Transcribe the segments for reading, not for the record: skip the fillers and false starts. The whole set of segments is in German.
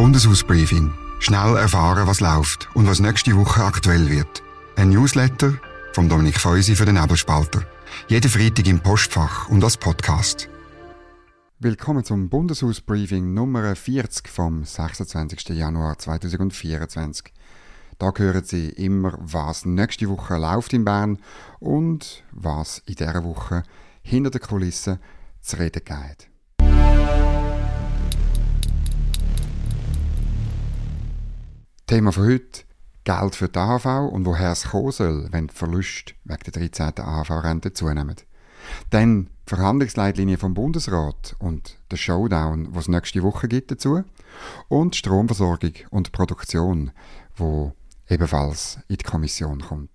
Bundeshausbriefing. Schnell erfahren, was läuft und was nächste Woche aktuell wird. Ein Newsletter von Dominik Feusi für den Nebelspalter. Jeden Freitag im Postfach und als Podcast. Willkommen zum Bundeshausbriefing Nummer 40 vom 26. Januar 2024. Da hören Sie immer, was nächste Woche läuft in Bern und was in dieser Woche hinter den Kulissen zu reden geht. Thema von heute: Geld für die AHV und woher es kommen soll, wenn die Verluste wegen der 13. AHV-Rente zunehmen. Dann die Verhandlungsleitlinie vom Bundesrat und der Showdown, was es nächste Woche gibt dazu. Und die Stromversorgung und die Produktion, wo ebenfalls in die Kommission kommt.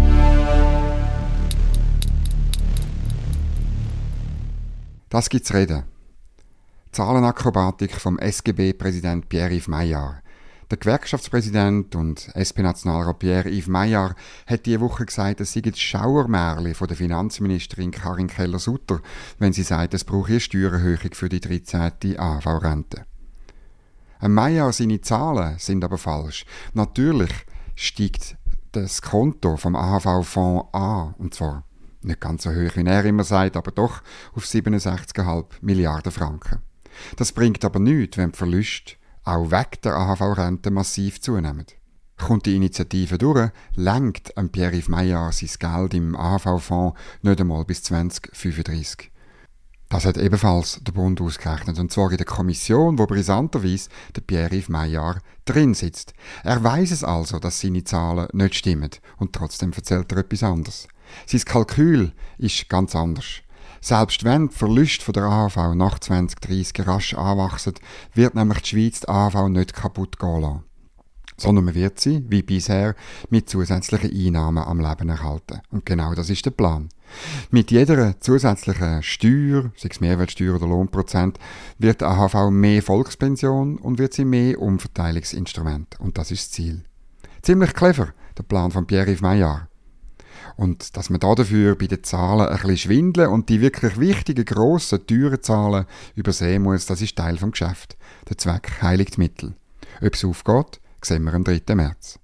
Das gibt's reden. Zahlenakrobatik vom SGB-Präsident Pierre-Yves Maillard. Der Gewerkschaftspräsident und SP-Nationalrat Pierre-Yves Maillard hat diese Woche gesagt, es sei das Schauermärchen von der Finanzministerin Karin Keller-Sutter, wenn sie sagt, es brauche eine Steuererhöhung für die 13. AHV-Rente. Maillard seine Zahlen sind aber falsch. Natürlich steigt das Konto vom AHV-Fonds an, und zwar nicht ganz so hoch, wie er immer sagt, aber doch auf 67,5 Milliarden Franken. Das bringt aber nichts, wenn die Verluste auch weg der AHV-Rente massiv zunehmen. Kommt die Initiative durch, lenkt Pierre-Yves Maillard sein Geld im AHV-Fonds nicht einmal bis 2035. Das hat ebenfalls der Bund ausgerechnet, und zwar in der Kommission, wo brisanterweise der Pierre-Yves Maillard drin sitzt. Er weiss es also, dass seine Zahlen nicht stimmen, und trotzdem erzählt er etwas anderes. Sein Kalkül ist ganz anders. Selbst wenn die Verluste von der AHV nach 2030 rasch anwachsen, wird nämlich die Schweiz die AHV nicht kaputt gehen lassen. Sondern man wird sie, wie bisher, mit zusätzlichen Einnahmen am Leben erhalten. Und genau das ist der Plan. Mit jeder zusätzlichen Steuer, sei es Mehrwertsteuer oder Lohnprozent, wird die AHV mehr Volkspension und wird sie mehr Umverteilungsinstrument. Und das ist das Ziel. Ziemlich clever, der Plan von Pierre-Yves Maillard. Und dass man dafür bei den Zahlen ein bisschen schwindeln und die wirklich wichtigen, grossen, teuren Zahlen übersehen muss, das ist Teil des Geschäfts. Der Zweck heiligt die Mittel. Ob es aufgeht, sehen wir am 3. März.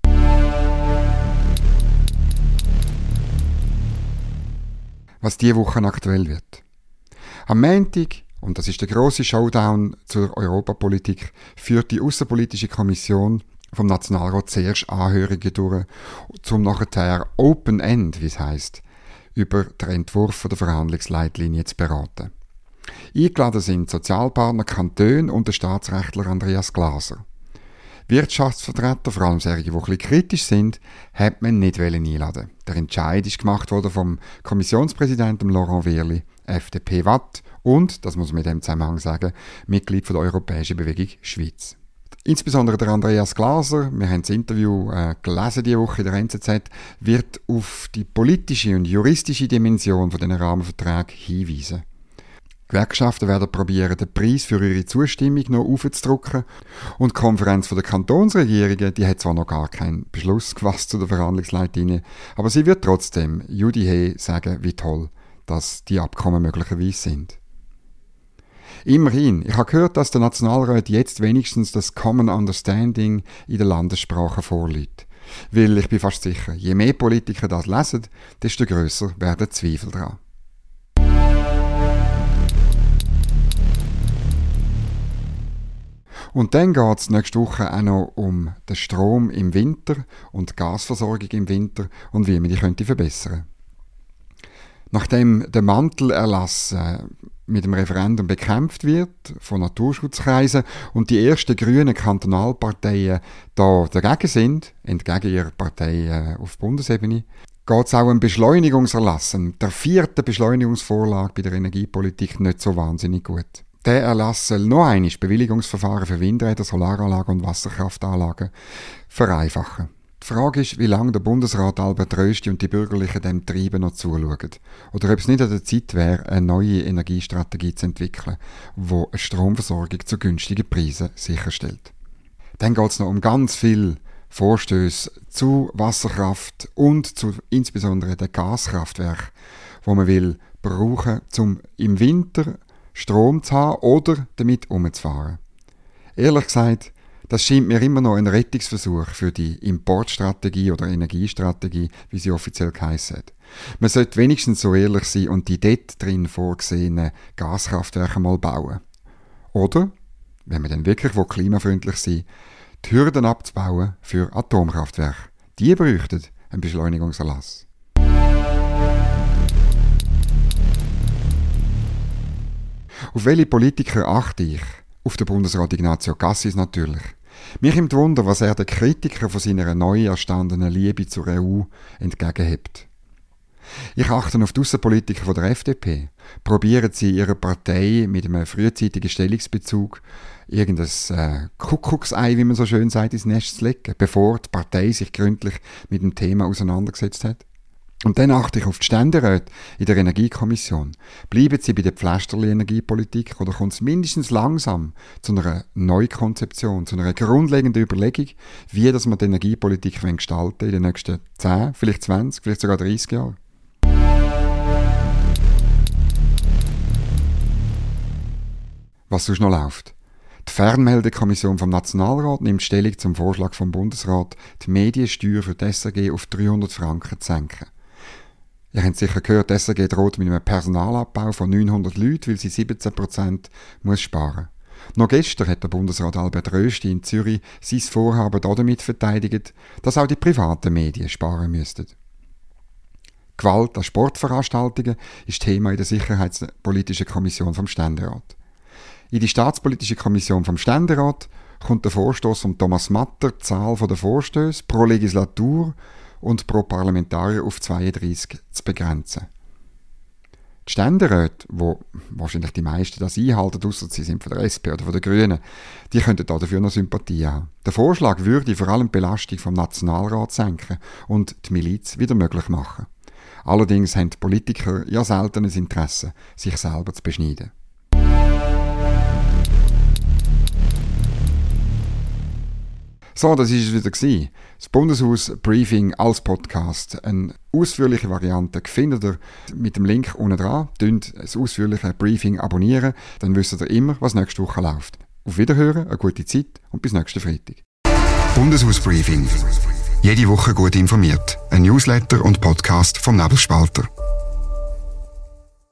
Was diese Woche aktuell wird. Am Montag, und das ist der grosse Showdown zur Europapolitik, führt die Aussenpolitische Kommission vom Nationalrat zuerst Anhörungen durch, zum nachher Open End, wie es heisst, über den Entwurf der Verhandlungsleitlinie zu beraten. Eingeladen sind Sozialpartner, Kantone und der Staatsrechtler Andreas Glaser. Wirtschaftsvertreter, vor allem solche, die ein bisschen kritisch sind, hat man nicht einladen. Der Entscheid ist gemacht worden vom Kommissionspräsidenten Laurent Wehrli, FDP Watt und, das muss man in dem Zusammenhang sagen, Mitglied der Europäischen Bewegung Schweiz. Insbesondere der Andreas Glaser, wir haben das Interview gelesen diese Woche in der NZZ, wird auf die politische und juristische Dimension von diesen Rahmenverträgen hinweisen. Gewerkschaften werden probieren, den Preis für ihre Zustimmung noch aufzudrücken. Und die Konferenz der Kantonsregierungen, die hat zwar noch gar keinen Beschluss gefasst zu der Verhandlungsleitlinie, aber sie wird trotzdem Judihe sagen, wie toll, dass die Abkommen möglicherweise sind. Immerhin, ich habe gehört, dass der Nationalrat jetzt wenigstens das Common Understanding in der Landessprache vorliegt. Weil ich bin fast sicher, je mehr Politiker das lesen, desto grösser werden Zweifel daran. Und dann geht es nächste Woche auch noch um den Strom im Winter und die Gasversorgung im Winter und wie man die könnte verbessern. Nachdem der Mantelerlass mit dem Referendum bekämpft wird von Naturschutzkreisen und die ersten grünen Kantonalparteien da dagegen sind, entgegen ihrer Partei auf Bundesebene, geht es auch um Beschleunigungserlass, der 4. Beschleunigungsvorlage bei der Energiepolitik nicht so wahnsinnig gut. Der Erlass soll noch einmal Bewilligungsverfahren für Windräder, Solaranlagen und Wasserkraftanlagen vereinfachen. Die Frage ist, wie lange der Bundesrat Albert Rösti und die Bürgerlichen dem Treiben noch zuschauen. Oder ob es nicht an der Zeit wäre, eine neue Energiestrategie zu entwickeln, die eine Stromversorgung zu günstigen Preisen sicherstellt. Dann geht es noch um ganz viele Vorstöße zu Wasserkraft und zu insbesondere den Gaskraftwerken, die man will brauchen, um im Winter Strom zu haben oder damit umzufahren. Ehrlich gesagt, Das scheint mir immer noch ein Rettungsversuch für die Importstrategie oder Energiestrategie, wie sie offiziell geheissen hat. Man sollte wenigstens so ehrlich sein und die dort drin vorgesehenen Gaskraftwerke mal bauen. Oder, wenn man dann wirklich klimafreundlich sein will, die Hürden abzubauen für Atomkraftwerke. Die bräuchten einen Beschleunigungserlass. Auf welche Politiker achte ich? Auf den Bundesrat Ignazio Cassis natürlich. Mich nimmt Wunder, was er den Kritikern von seiner neu erstandenen Liebe zur EU entgegenhebt. Ich achte auf die Aussenpolitiker der FDP. Probieren sie ihre Partei mit einem frühzeitigen Stellungsbezug irgendein Kuckucksei, wie man so schön sagt, ins Nest zu legen, bevor die Partei sich gründlich mit dem Thema auseinandergesetzt hat. Und dann achte ich auf die Ständeräte in der Energiekommission. Bleiben sie bei der Pflasterli-Energiepolitik oder kommt es mindestens langsam zu einer Neukonzeption, zu einer grundlegenden Überlegung, wie dass wir die Energiepolitik gestalten in den nächsten 10, vielleicht 20, vielleicht sogar 30 Jahren? Was sonst noch läuft? Die Fernmeldekommission vom Nationalrat nimmt Stellung zum Vorschlag vom Bundesrat, die Mediensteuer für die SRG auf 300 Franken zu senken. Ihr habt sicher gehört, die SRG droht mit einem Personalabbau von 900 Leuten, weil sie 17% muss sparen. Noch gestern hat der Bundesrat Albert Rösti in Zürich sein Vorhaben damit verteidigt, dass auch die privaten Medien sparen müssten. Gewalt an Sportveranstaltungen ist Thema in der Sicherheitspolitischen Kommission vom Ständerat. In die Staatspolitische Kommission vom Ständerat kommt der Vorstoß von Thomas Matter, die Zahl der Vorstöße pro Legislatur und pro Parlamentarier auf 32 zu begrenzen. Die Ständeräte, wo wahrscheinlich die meisten das einhalten, ausser sie sind von der SP oder von den Grünen, die könnten dafür noch Sympathie haben. Der Vorschlag würde vor allem die Belastung vom Nationalrat senken und die Miliz wieder möglich machen. Allerdings haben die Politiker ja selten ein Interesse, sich selber zu beschneiden. So, das war es wieder. Das Bundeshaus-Briefing als Podcast. Eine ausführliche Variante findet ihr mit dem Link unten dran. Das ausführliche Briefing abonnieren, dann wisst ihr immer, was nächste Woche läuft. Auf Wiederhören, eine gute Zeit und bis nächsten Freitag. Bundeshaus-Briefing. Jede Woche gut informiert. Ein Newsletter und Podcast vom Nebelspalter.